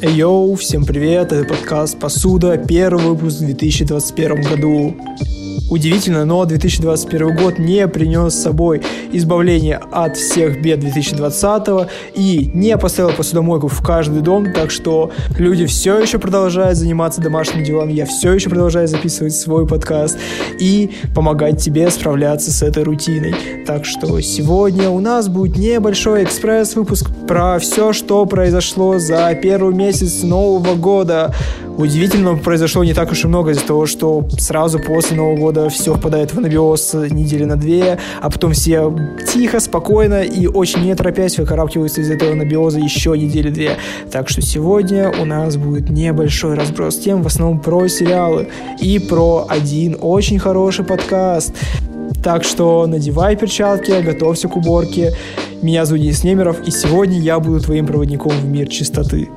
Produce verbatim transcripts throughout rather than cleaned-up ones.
Йоу, всем привет, это подкаст «Посуда», первый выпуск в две тысячи двадцать первом году. Удивительно, но две тысячи двадцать первый год не принес с собой избавление от всех бед две тысячи двадцатого и не поставил посудомойку в каждый дом, так что люди все еще продолжают заниматься домашними делами, я все еще продолжаю записывать свой подкаст и помогать тебе справляться с этой рутиной. Так что сегодня у нас будет небольшой экспресс-выпуск про все, что произошло за первый месяц Нового года. Удивительно, произошло не так уж и много из-за того, что сразу после Нового года все впадает в анабиоз недели на две, а потом все тихо, спокойно и очень не торопясь выкарабкиваются из этого анабиоза еще недели две. Так что сегодня у нас будет небольшой разброс тем, в основном про сериалы и про один очень хороший подкаст. Так что надевай перчатки, готовься к уборке. Меня зовут Денис Немеров, и сегодня я буду твоим проводником в мир чистоты.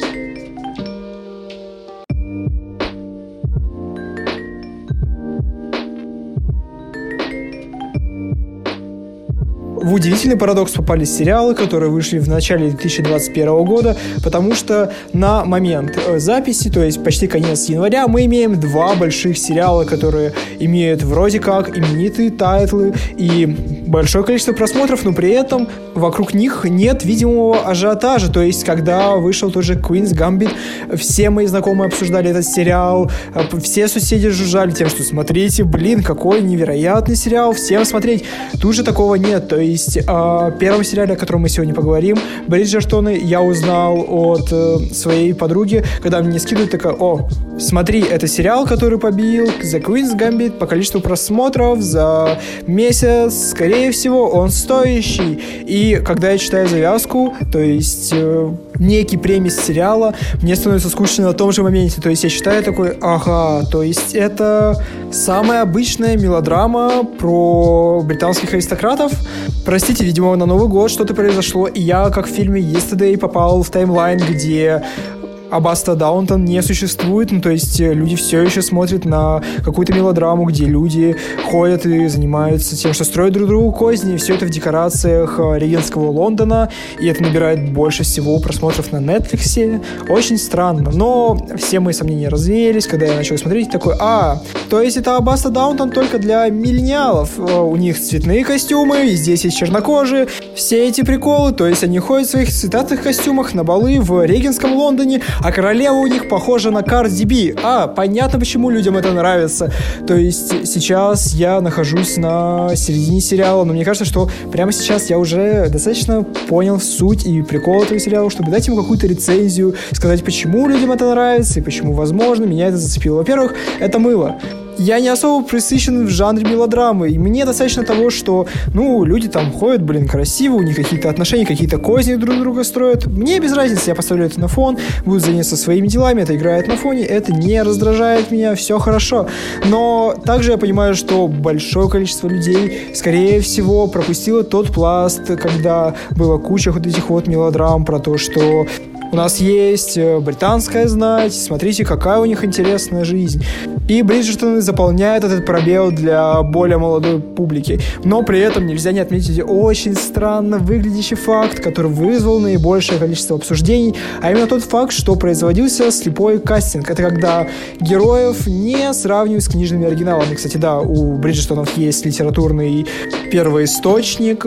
В удивительный парадокс попались сериалы, которые вышли в начале две тысячи двадцать первого года, потому что на момент записи, то есть почти конец января, мы имеем два больших сериала, которые имеют вроде как именитые тайтлы и большое количество просмотров, но при этом вокруг них нет видимого ажиотажа. То есть, когда вышел тот же Queen's Gambit, все мои знакомые обсуждали этот сериал, все соседи жужжали тем, что смотрите, блин, какой невероятный сериал, всем смотреть. Тут же такого нет. То есть о первом сериале, о котором мы сегодня поговорим, Бриджертоны, я узнал от э, своей подруги, когда мне скидывают, такая: о, смотри, это сериал, который побил The Queen's Gambit по количеству просмотров за месяц, скорее всего, он стоящий. И когда я читаю завязку, то есть э, некий премис сериала, мне становится скучно на том же моменте. То есть я читаю такой: ага, то есть это самая обычная мелодрама про британских аристократов. Простите, видимо, на Новый год что-то произошло, и я, как в фильме Yesterday, попал в таймлайн, где Аббатство Даунтон не существует, ну, то есть люди все еще смотрят на какую-то мелодраму, где люди ходят и занимаются тем, что строят друг другу козни, и все это в декорациях регенского Лондона, и это набирает больше всего просмотров на Netflix. Очень странно, но все мои сомнения развеялись, когда я начал смотреть, такой: а, то есть это Аббатство Даунтон только для миллениалов, у них цветные костюмы, и здесь есть чернокожие, все эти приколы, то есть они ходят в своих цветастых костюмах на балы в регенском Лондоне, а королева у них похожа на Cardi B. А, понятно, почему людям это нравится. То есть сейчас я нахожусь на середине сериала, но мне кажется, что прямо сейчас я уже достаточно понял суть и прикол этого сериала, чтобы дать ему какую-то рецензию, сказать, почему людям это нравится и почему, возможно, меня это зацепило. Во-первых, это мыло. Я не особо присыщен в жанре мелодрамы, и мне достаточно того, что, ну, люди там ходят, блин, красиво, у них какие-то отношения, какие-то козни друг друга строят. Мне без разницы, я поставлю это на фон, буду заняться своими делами, это играет на фоне, это не раздражает меня, все хорошо. Но также я понимаю, что большое количество людей, скорее всего, пропустило тот пласт, когда была куча вот этих вот мелодрам про то, что у нас есть британская знать, смотрите, какая у них интересная жизнь. И Бриджертоны заполняют этот пробел для более молодой публики. Но при этом нельзя не отметить очень странно выглядящий факт, который вызвал наибольшее количество обсуждений, а именно тот факт, что производился слепой кастинг. Это когда героев не сравнивают с книжными оригиналами. Кстати, да, у Бриджертонов есть литературный первоисточник,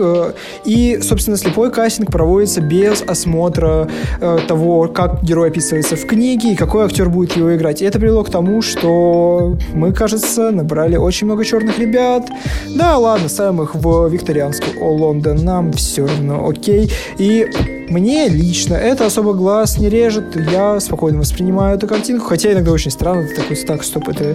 и, собственно, слепой кастинг проводится без осмотра того, как герой описывается в книге и какой актер будет его играть. И это привело к тому, что мы, кажется, набрали очень много черных ребят. Да, ладно, ставим их в викторианский Лондон, нам все равно окей. И мне лично это особо глаз не режет, я спокойно воспринимаю эту картинку, хотя иногда очень странно, ты такой: так, стоп, это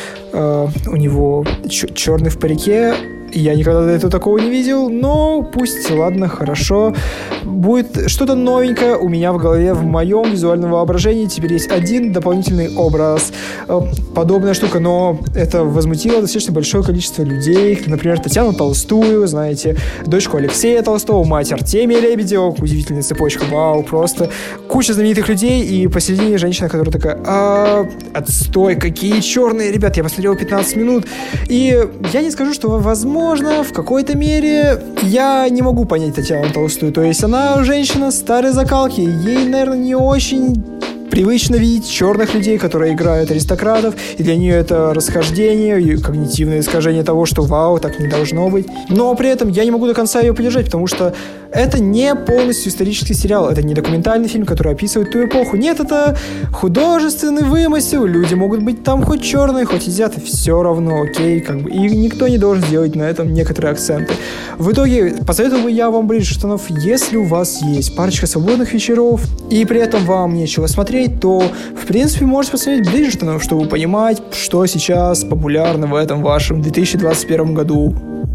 э, у него ч- черный в парике. Я никогда до этого такого не видел, но пусть, ладно, хорошо. Будет что-то новенькое у меня в голове, в моем визуальном воображении. Теперь есть один дополнительный образ. Подобная штука, но это возмутило достаточно большое количество людей. Например, Татьяну Толстую, знаете, дочку Алексея Толстого, мать Артемия Лебедева, удивительная цепочка, вау, просто куча знаменитых людей, и посередине женщина, которая такая: а, отстой, какие черные, ребят, я посмотрел пятнадцать минут, и я не скажу, что возможно, в какой-то мере я не могу понять Татьяну Толстую, то есть она женщина старой закалки, ей, наверное, не очень привычно видеть черных людей, которые играют аристократов, и для нее это расхождение и когнитивное искажение того, что вау, так не должно быть. Но при этом я не могу до конца ее поддержать, потому что это не полностью исторический сериал, это не документальный фильм, который описывает ту эпоху. Нет, это художественный вымысел, люди могут быть там хоть черные, хоть азиаты, все равно, окей, как бы, и никто не должен делать на этом некоторые акценты. В итоге, посоветовал бы я вам Бриджертонов, если у вас есть парочка свободных вечеров, и при этом вам нечего смотреть, то, в принципе, можете посмотреть Бриджертонов, чтобы понимать, что сейчас популярно в этом вашем две тысячи двадцать первом году.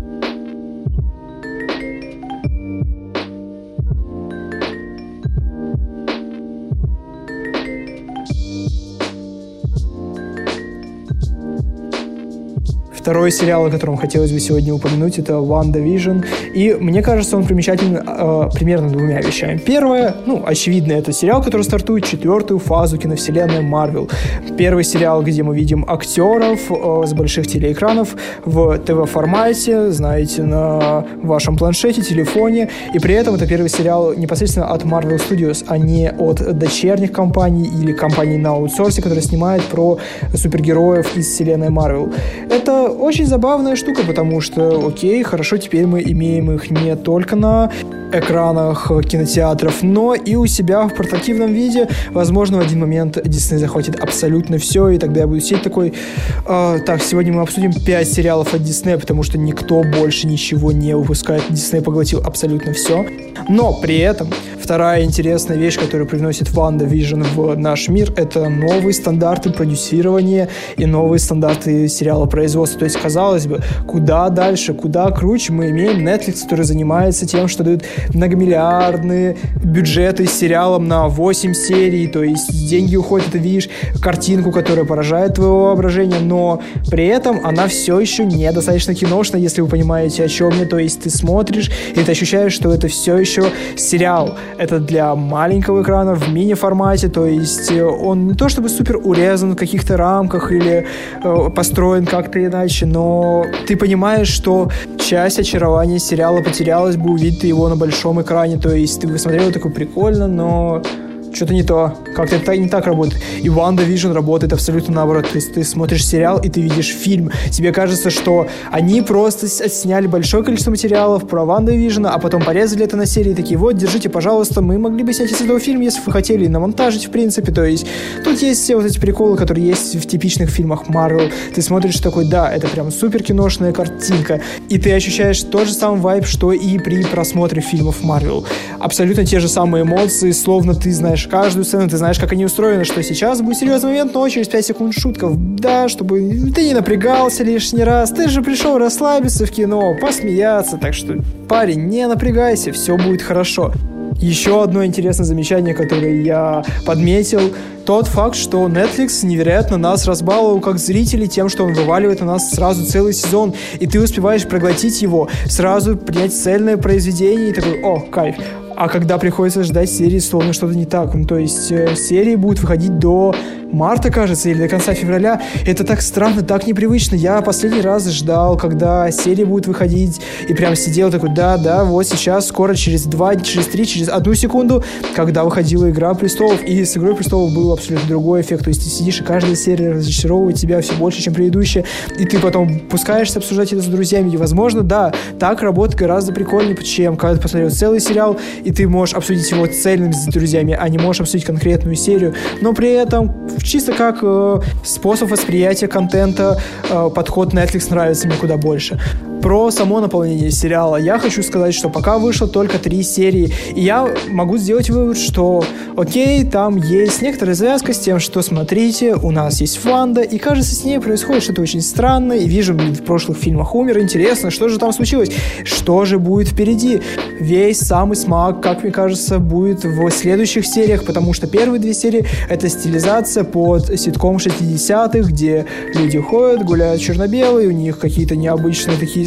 Второй сериал, о котором хотелось бы сегодня упомянуть, это WandaVision. И мне кажется, он примечателен э, примерно двумя вещами. Первое, ну, очевидно, это сериал, который стартует четвертую фазу киновселенной Marvel. Первый сериал, где мы видим актеров э, с больших телеэкранов в ТВ-формате, знаете, на вашем планшете, телефоне. И при этом это первый сериал непосредственно от Marvel Studios, а не от дочерних компаний или компаний на аутсорсе, которые снимают про супергероев из вселенной Marvel. Это очень забавная штука, потому что, окей, хорошо, теперь мы имеем их не только на экранах кинотеатров, но и у себя в портативном виде. Возможно, в один момент Disney захватит абсолютно все, и тогда я буду сидеть такой, э, так, сегодня мы обсудим пять сериалов от Disney, потому что никто больше ничего не выпускает. Disney поглотил абсолютно все. Но при этом вторая интересная вещь, которую привносит WandaVision в наш мир, это новые стандарты продюсирования и новые стандарты сериала производства. То есть, казалось бы, куда дальше, куда круче мы имеем Netflix, который занимается тем, что дают многомиллиардные бюджеты сериалам на восемь серий, то есть деньги уходят, ты видишь картинку, которая поражает твое воображение, но при этом она все еще недостаточно киношная, если вы понимаете, о чем я. То есть ты смотришь, и ты ощущаешь, что это все еще сериал. Это для маленького экрана в мини-формате, то есть он не то чтобы супер урезан в каких-то рамках или э, построен как-то иначе, но ты понимаешь, что часть очарования сериала потерялась бы, увидеть его на большом экране, то есть ты бы смотрел, такой прикольно, но что-то не то, как-то это не так работает. И WandaVision работает абсолютно наоборот, то есть ты смотришь сериал и ты видишь фильм, тебе кажется, что они просто сняли большое количество материалов про WandaVision, а потом порезали это на серии, такие, вот, держите, пожалуйста, мы могли бы снять из этого фильм, если бы вы хотели, намонтажить, в принципе, то есть тут есть все вот эти приколы, которые есть в типичных фильмах Marvel, ты смотришь такой, да, это прям супер киношная картинка, и ты ощущаешь тот же самый вайб, что и при просмотре фильмов Marvel. Абсолютно те же самые эмоции, словно ты знаешь каждую сцену, ты знаешь, как они устроены, что сейчас будет серьезный момент, но через пять секунд шутка, да, чтобы ты не напрягался лишний раз, ты же пришел расслабиться в кино, посмеяться, так что, парень, не напрягайся, все будет хорошо. Еще одно интересное замечание, которое я подметил, тот факт, что Netflix невероятно нас разбаловал как зрителей тем, что он вываливает на нас сразу целый сезон, и ты успеваешь проглотить его, сразу принять цельное произведение и такой, о, кайф. А когда приходится ждать серии, словно что-то не так. Ну, то есть э, серии будут выходить до марта, кажется, или до конца февраля. Это так странно, так непривычно. Я последний раз ждал, когда серии будут выходить, и прям сидел такой, да-да, вот сейчас, скоро, через два, через три, через одну секунду, когда выходила «Игра престолов». И с «Игрой престолов» был абсолютно другой эффект. То есть ты сидишь, и каждая серия разочаровывает тебя все больше, чем предыдущая, и ты потом пускаешься обсуждать это с друзьями. И, возможно, да, так работает гораздо прикольнее, чем когда ты посмотрел целый сериал, и ты можешь обсудить его цельным с друзьями, а не можешь обсудить конкретную серию. Но при этом чисто как э, способ восприятия контента э, подход Netflix нравится мне куда больше. Про само наполнение сериала я хочу сказать, что пока вышло только три серии, и я могу сделать вывод, что окей, там есть некоторая завязка с тем, что смотрите, у нас есть Ванда, и кажется, с ней происходит что-то очень странное, и вижу, блин, в прошлых фильмах умер, интересно, что же там случилось, что же будет впереди. Весь самый смак, как мне кажется, будет в следующих сериях, потому что первые две серии — это стилизация под ситком шестидесятых, где люди ходят, гуляют черно-белые, у них какие-то необычные такие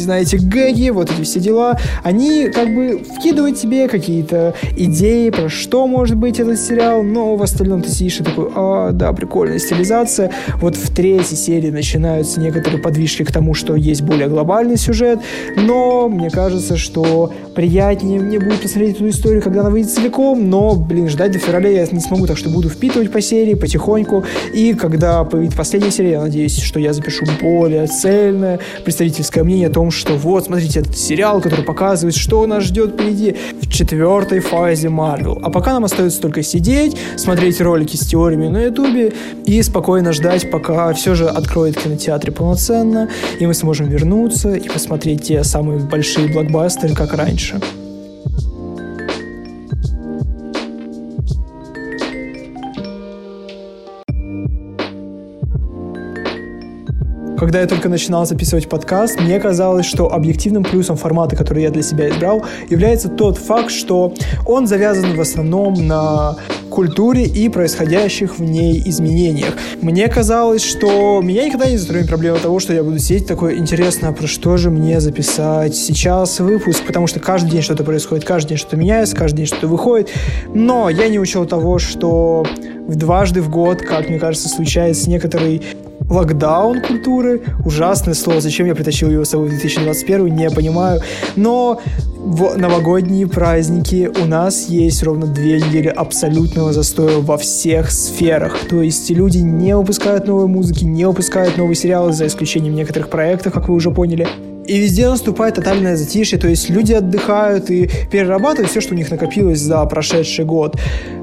знаете, гэги, вот эти все дела, они как бы вкидывают тебе какие-то идеи, про что может быть этот сериал, но в остальном ты сидишь и такой, а, да, прикольная стилизация. Вот в третьей серии начинаются некоторые подвижки к тому, что есть более глобальный сюжет, но мне кажется, что приятнее мне будет посмотреть эту историю, когда она выйдет целиком, но, блин, ждать до февраля я не смогу, так что буду впитывать по серии потихоньку, и когда появится последняя серия, я надеюсь, что я запишу более цельное представительское мнение о том, что вот, смотрите, этот сериал, который показывает, что нас ждет впереди в четвертой фазе Marvel. А пока нам остается только сидеть, смотреть ролики с теориями на ютубе и спокойно ждать, пока все же откроет кинотеатры полноценно, и мы сможем вернуться и посмотреть те самые большие блокбастеры, как раньше. Когда я только начинал записывать подкаст, мне казалось, что объективным плюсом формата, который я для себя избрал, является тот факт, что он завязан в основном на культуре и происходящих в ней изменениях. Мне казалось, что меня никогда не затронет проблема того, что я буду сидеть такой, интересно, про что же мне записать сейчас выпуск, потому что каждый день что-то происходит, каждый день что-то меняется, каждый день что-то выходит, но я не учел того, что дважды в год, как мне кажется, случается некоторый локдаун культуры. Ужасное слово. Зачем я притащил его с собой в две тысячи двадцать первый, не понимаю. Но в новогодние праздники у нас есть ровно две недели абсолютного застоя во всех сферах. То есть люди не выпускают новой музыки, не выпускают новые сериалы, за исключением некоторых проектов, как вы уже поняли. И везде наступает тотальное затишье, то есть люди отдыхают и перерабатывают все, что у них накопилось за прошедший год.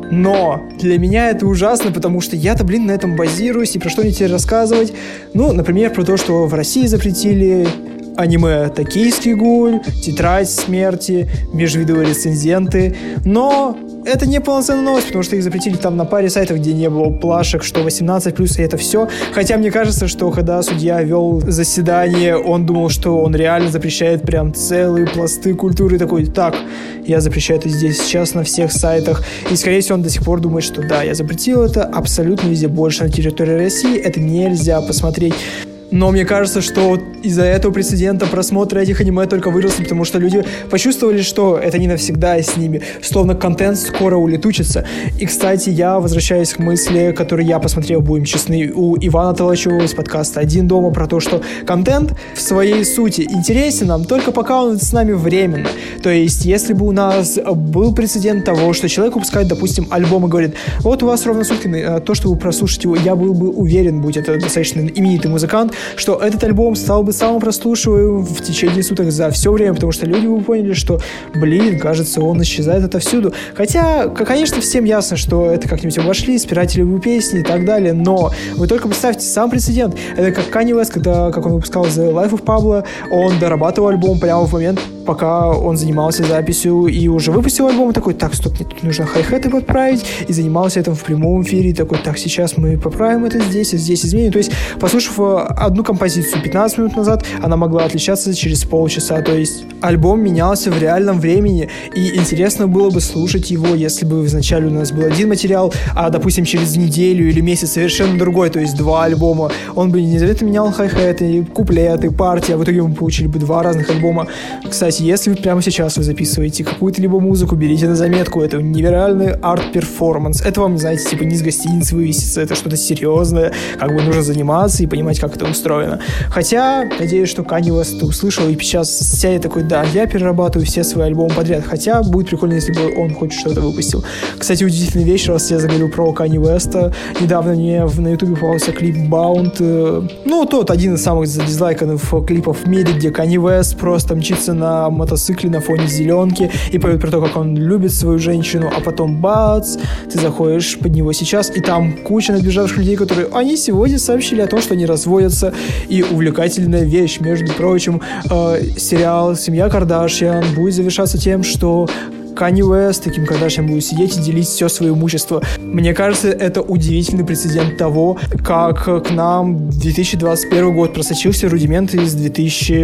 Но для меня это ужасно, потому что я-то, блин, на этом базируюсь, и про что мне теперь рассказывать? Ну, например, про то, что в России запретили аниме «Токийский гуль», «Тетрадь смерти», межвидовые рецензенты, но это не полноценная новость, потому что их запретили там на паре сайтов, где не было плашек, что восемнадцать плюс, и это все. Хотя мне кажется, что когда судья вел заседание, он думал, что он реально запрещает прям целые пласты культуры, такой, так, я запрещаю это здесь сейчас на всех сайтах. И, скорее всего, он до сих пор думает, что да, я запретил это абсолютно везде, больше на территории России, это нельзя посмотреть. Но мне кажется, что из-за этого прецедента просмотры этих аниме только выросли, потому что люди почувствовали, что это не навсегда с ними, словно контент скоро улетучится. И, кстати, я возвращаюсь к мысли, которую я посмотрел, будем честны, у Ивана Толачева из подкаста «Один дома», про то, что контент в своей сути интересен нам только пока он с нами временно. То есть, если бы у нас был прецедент того, что человек выпускает, допустим, альбом и говорит, вот у вас ровно сутки на то, чтобы прослушать его, я был бы уверен, будь это достаточно именитый музыкант, что этот альбом стал бы самым прослушиваемым в течение суток за все время, потому что люди бы поняли, что, блин, кажется, он исчезает отовсюду. Хотя, конечно, всем ясно, что это как-нибудь обошли, спиратели бы песни и так далее, но вы только представьте сам прецедент. Это как Kanye West, когда, как он выпускал The Life of Pablo, он дорабатывал альбом прямо в момент, пока он занимался записью и уже выпустил альбом, и такой, так, стоп, мне тут нужно хай-хеты подправить, и занимался этим в прямом эфире, и такой, так, сейчас мы поправим это здесь, и здесь изменим. То есть, послушав одну композицию пятнадцать минут назад, она могла отличаться через полчаса, то есть альбом менялся в реальном времени, и интересно было бы слушать его, если бы вначале у нас был один материал, а, допустим, через неделю или месяц совершенно другой, то есть два альбома, он бы не обязательно менял хай-хеты, куплеты, партии, а в итоге мы получили бы два разных альбома. Кстати, если вы прямо сейчас вы записываете какую-то либо музыку, берите на заметку, это невероятный арт-перформанс, это вам, знаете, типа не из гостиницы вывесится, это что-то серьезное, как бы нужно заниматься и понимать, как это устроено. Хотя, надеюсь, что Kanye West услышал и сейчас сядет такой, да, я перерабатываю все свои альбомы подряд. Хотя, будет прикольно, если бы он хоть что-то выпустил. Кстати, удивительная вещь, раз я заговорил про Kanye West. Недавно мне на ютубе попался клип Bound. Ну, тот один из самых задизлайканных клипов в мире, где Kanye West просто мчится на мотоцикле на фоне зеленки и поет про то, как он любит свою женщину, а потом бац, ты заходишь под него сейчас, и там куча набежавших людей, которые, они сегодня сообщили о том, что они разводятся. И увлекательная вещь, между прочим, э, сериал «Семья Кардашьян» будет завершаться тем, что Kanye West, таким Кардашьян будет сидеть и делить все свое имущество. Мне кажется, это удивительный прецедент того, как к нам в две тысячи двадцать первый год просочился рудимент из две тысячи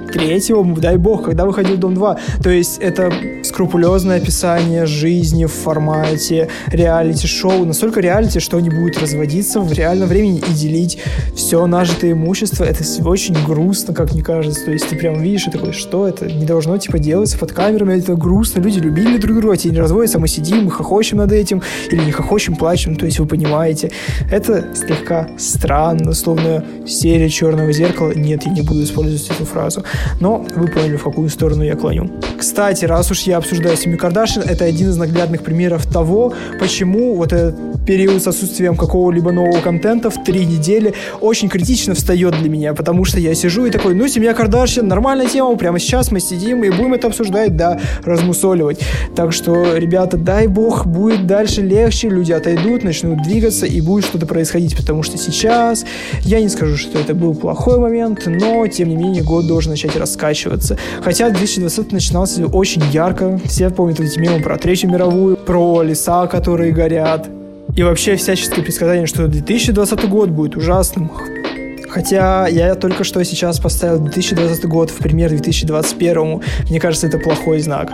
третьего, дай бог, когда выходил «Дом два». То есть это скрупулезное описание жизни в формате реалити-шоу. Настолько реалити, что они будут разводиться в реальном времени и делить все нажитое имущество. Это очень грустно, как мне кажется. То есть ты прям видишь и такой, что это? Не должно типа делаться под камерами, это грустно. Люди любили друг друга, а те не разводятся, мы сидим, мы хохочем над этим, или не хохочем, плачем. То есть вы понимаете. Это слегка странно, словно серия «Черного зеркала». Нет, я не буду использовать эту фразу. Но вы поняли, в какую сторону я клоню. Кстати, раз уж я обсуждаю семью Кардашьян, это один из наглядных примеров того, почему вот этот период с отсутствием какого-либо нового контента в три недели очень критично встает для меня, потому что я сижу и такой, ну, семья Кардашьян, нормальная тема, прямо сейчас мы сидим и будем это обсуждать, да, размусоливать. Так что, ребята, дай бог, будет дальше легче, люди отойдут, начнут двигаться и будет что-то происходить, потому что сейчас я не скажу, что это был плохой момент, но, тем не менее, год должен начать раскачиваться. Хотя две тысячи двадцатый начинался очень ярко. Все помнят эти мемы про Третью мировую, про леса, которые горят. И вообще всяческие предсказания, что две тысячи двадцатый год будет ужасным. Хотя я только что сейчас поставил две тысячи двадцатый год в пример две тысячи двадцать первому. Мне кажется, это плохой знак.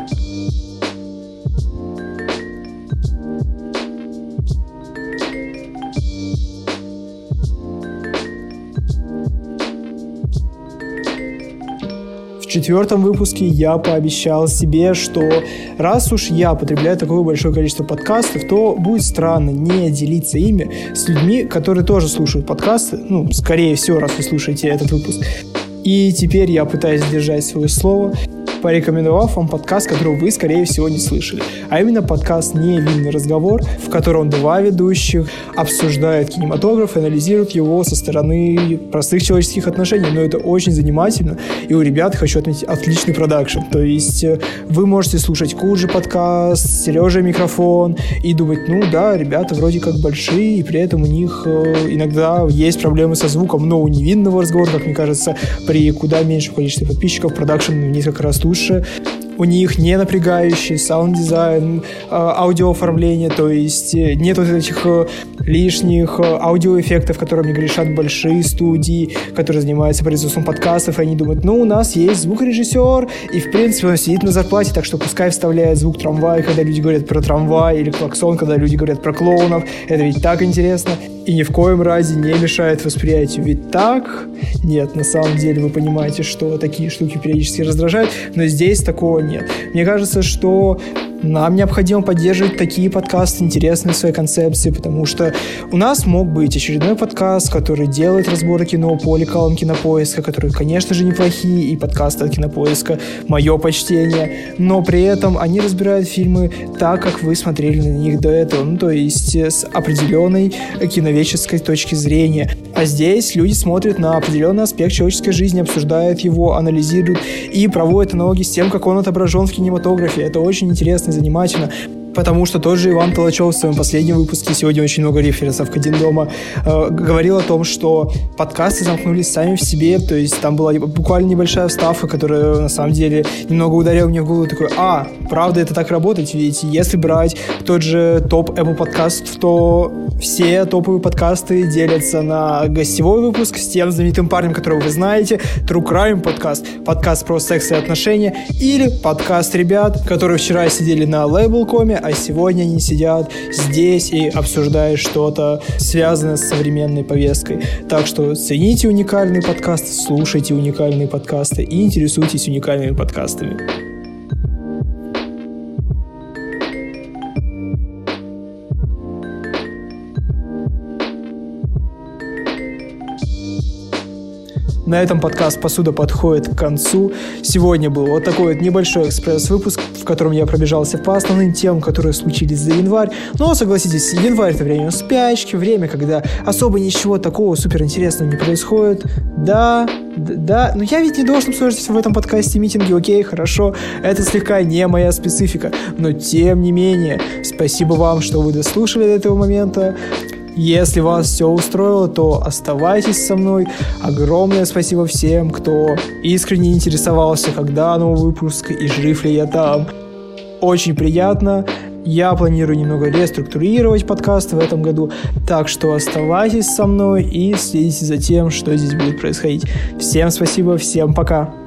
В четвертом выпуске я пообещал себе, что раз уж я потребляю такое большое количество подкастов, то будет странно не делиться ими с людьми, которые тоже слушают подкасты. Ну, скорее всего, раз вы слушаете этот выпуск. И теперь я пытаюсь сдержать свое слово, порекомендовав вам подкаст, который вы, скорее всего, не слышали. А именно подкаст «Невинный разговор», в котором два ведущих обсуждают кинематограф и анализируют его со стороны простых человеческих отношений. Но это очень занимательно. И у ребят, хочу отметить, отличный продакшн. То есть вы можете слушать Куджи подкаст, Сережа микрофон и думать, ну да, ребята вроде как большие, и при этом у них иногда есть проблемы со звуком. Но у «Невинного разговора», как мне кажется, при куда меньшем количестве подписчиков продакшн в несколько раз лучше. У них не напрягающий саунд-дизайн, аудиооформление, то есть нет вот этих лишних аудиоэффектов, которыми грешат большие студии, которые занимаются производством подкастов, и они думают, ну, у нас есть звукорежиссер, и, в принципе, он сидит на зарплате, так что пускай вставляет звук трамвая, когда люди говорят про трамвай, или клаксон, когда люди говорят про клоунов. Это ведь так интересно. И ни в коем разе не мешает восприятию. Ведь так? Нет, на самом деле вы понимаете, что такие штуки периодически раздражают, но здесь такого нет. Мне кажется, что нам необходимо поддерживать такие подкасты, интересные в своей концепции, потому что у нас мог быть очередной подкаст, который делает разборы кино по лекалам Кинопоиска, которые, конечно же, неплохие, и подкасты от Кинопоиска мое почтение, но при этом они разбирают фильмы так, как вы смотрели на них до этого, ну, то есть с определенной киноведческой точки зрения. А здесь люди смотрят на определенный аспект человеческой жизни, обсуждают его, анализируют и проводят аналогии с тем, как он отображен в кинематографе. Это очень интересно и занимательно. Потому что тот же Иван Толачев в своем последнем выпуске, сегодня очень много референсов к «Один дома», э, говорил о том, что подкасты замкнулись сами в себе, то есть там была буквально небольшая вставка, которая на самом деле немного ударила мне в голову, такой, а, правда это так работает, ведь если брать тот же топ Apple подкастов, то все топовые подкасты делятся на гостевой выпуск с тем знаменитым парнем, которого вы знаете, True Crime подкаст, подкаст про секс и отношения, или подкаст ребят, которые вчера сидели на Label.com, а сегодня они сидят здесь и обсуждают что-то, связанное с современной повесткой. Так что цените уникальные подкасты, слушайте уникальные подкасты и интересуйтесь уникальными подкастами. На этом подкаст «Посуда» подходит к концу. Сегодня был вот такой вот небольшой экспресс-выпуск, в котором я пробежался по основным темам, которые случились за январь. Но, согласитесь, январь — это время спячки, время, когда особо ничего такого суперинтересного не происходит. Да, да, но я ведь не должен обсуждать в этом подкасте митинги, окей, хорошо, это слегка не моя специфика. Но, тем не менее, спасибо вам, что вы дослушали до этого момента. Если вас все устроило, то оставайтесь со мной. Огромное спасибо всем, кто искренне интересовался, когда новый выпуск и жив ли я там. Очень приятно. Я планирую немного реструктурировать подкаст в этом году, так что оставайтесь со мной и следите за тем, что здесь будет происходить. Всем спасибо, всем пока.